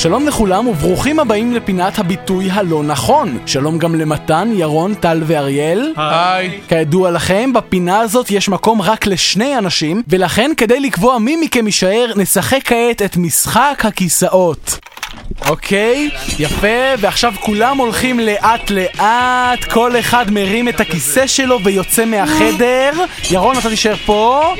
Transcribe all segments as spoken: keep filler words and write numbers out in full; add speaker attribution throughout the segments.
Speaker 1: שלום לכולם וברוכים הבאים לפינת הביטוי הלא נכון. שלום גם למתן, ירון, טל ואריאל.
Speaker 2: היי.
Speaker 1: כידוע לכם, בפינה הזאת יש מקום רק לשני אנשים, ולכן כדי לקבוע מי מכם יישאר, נשחק כעת את משחק הכיסאות. אוקיי, יפה, ועכשיו כולם הולכים לאט לאט, כל אחד מרים את הכיסא שלו ויוצא מהחדר. ירון, אתה תישאר פה.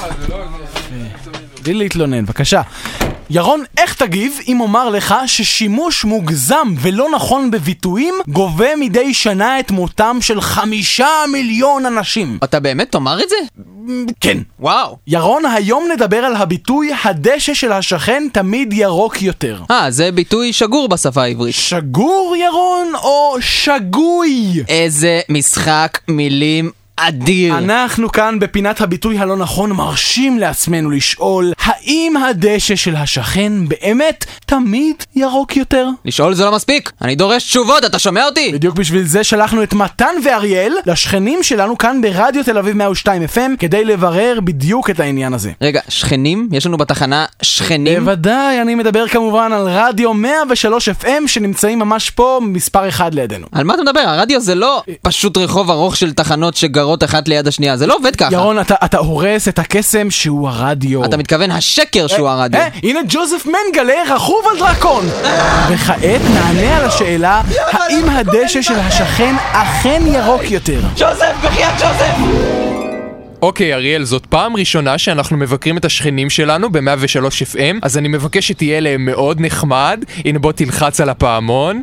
Speaker 1: בלי להתלונן, בבקשה. ירון, איך תגיב אם אומר לך ששימוש מוגזם ולא נכון בביטויים גובה מדי שנה את מותם של חמישה מיליון אנשים?
Speaker 3: אתה באמת תאמר את זה?
Speaker 1: כן.
Speaker 3: וואו.
Speaker 1: ירון, היום נדבר על הביטוי הדשא של השכן תמיד ירוק יותר.
Speaker 3: אה, זה ביטוי שגור בשפה העברית.
Speaker 1: שגור, ירון, או שגוי?
Speaker 3: איזה משחק מילים אדיר.
Speaker 1: אנחנו כאן בפינת הביטוי הלא נכון מרשים לעצמנו לשאול, האם הדשא של השכן באמת תמיד ירוק יותר?
Speaker 3: לשאול זה לא מספיק, אני דורש תשובות, אתה שומע אותי?
Speaker 1: בדיוק בשביל זה שלחנו את מתן ואריאל לשכנים שלנו כאן ברדיו תל אביב מאה ושתיים אף אם כדי לברר בדיוק את העניין הזה.
Speaker 3: רגע, שכנים? יש לנו בתחנה שכנים?
Speaker 1: בוודאי, אני מדבר כמובן על רדיו מאה ושלוש אף אם שנמצאים ממש פה מספר אחד לידינו.
Speaker 3: על מה אתה מדבר? הרדיו זה לא פשוט רחוב ארוך של תחנות שגרות אחת ליד השנייה, זה לא עובד ככה.
Speaker 1: ירון, אתה, אתה הורס את הקסם שהוא הרדיו.
Speaker 3: אתה מתכוון השקר שהוא הרדיו.
Speaker 1: אה, הנה ג'וזף מנגלה רכוב על דרקון. וכעת נענה על השאלה, האם הדשא של השכן אכן ירוק יותר?
Speaker 3: ג'וזף, בחייאת ג'וזף!
Speaker 2: אוקיי, אריאל, זאת פעם ראשונה שאנחנו מבקרים את השכנים שלנו ב-מאה ושלוש אף אם, אז אני מבקש שתהיה להם מאוד נחמד. הנה בוא תלחץ על הפעמון.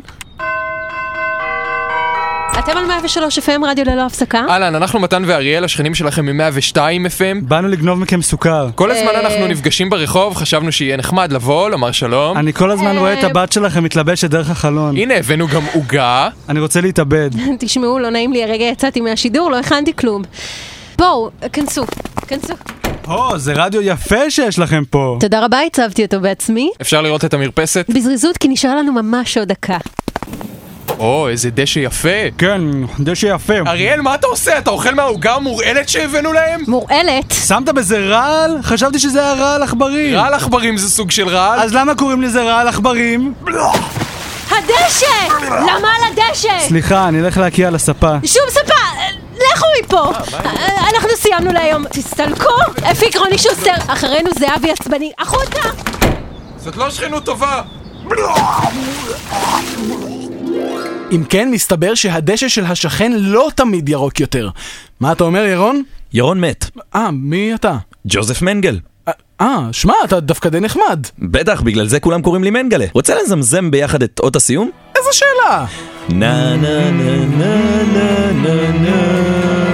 Speaker 4: אתם על מאה ושלוש אף אם רדיו ללא הפסקה?
Speaker 2: אהלן, אנחנו מתן ואריאל, השכנים שלכם מ-מאה ושתיים אף אם.
Speaker 5: באנו לגנוב מכם סוכר.
Speaker 2: כל הזמן אנחנו נפגשים ברחוב, חשבנו שיהיה נחמד לבוא, לומר שלום.
Speaker 5: אני כל הזמן רואה את הבת שלכם מתלבשת דרך החלון.
Speaker 2: הנה, הבאנו גם עוגה.
Speaker 5: אני רוצה להתאבד.
Speaker 4: תשמעו, לא נעים לי, הרגע יצאתי מהשידור, לא הכנתי כלום. בואו, כנסו, כנסו.
Speaker 5: או, זה רדיו יפה שיש לכם פה.
Speaker 4: תודה רבה, הצבתי אותו בעצמי.
Speaker 2: אפשר לראות את המרפסת?
Speaker 4: בזריזות, כי נשאר לנו ממש עוד דקה.
Speaker 2: או, איזה דשא יפה.
Speaker 5: כן, דשא יפה.
Speaker 2: אריאל, מה אתה עושה? אתה אוכל מהעוגה המורעלת שהבאנו להם?
Speaker 4: מורעלת?
Speaker 5: שמת בזה רעל? חשבתי שזה היה רעל עכברים.
Speaker 2: רעל עכברים זה סוג של רעל?
Speaker 5: אז למה קוראים לזה רעל עכברים?
Speaker 4: הדשא! למה על הדשא?
Speaker 5: סליחה, אני אלך להקיע על הספה.
Speaker 4: שום ספה! לכו מפה! אנחנו סיימנו להיום. תסתלקו! אפיק רוני שוסטר! אחרינו זהבי עצבני. החוצה!
Speaker 2: זאת לא שכנות טובה!
Speaker 1: אם כן, מסתבר שהדשא של השכן לא תמיד ירוק יותר. מה אתה אומר, ירון?
Speaker 6: ירון מת.
Speaker 1: אה, מי אתה?
Speaker 6: ג'וזף מנגל.
Speaker 1: אה, שמע, אתה דווקא די נחמד.
Speaker 6: בטח, בגלל זה כולם קוראים לי מנגלה. רוצה לזמזם ביחד את אות הסיום?
Speaker 1: איזו שאלה?
Speaker 6: נה נה נה נה נה נה נה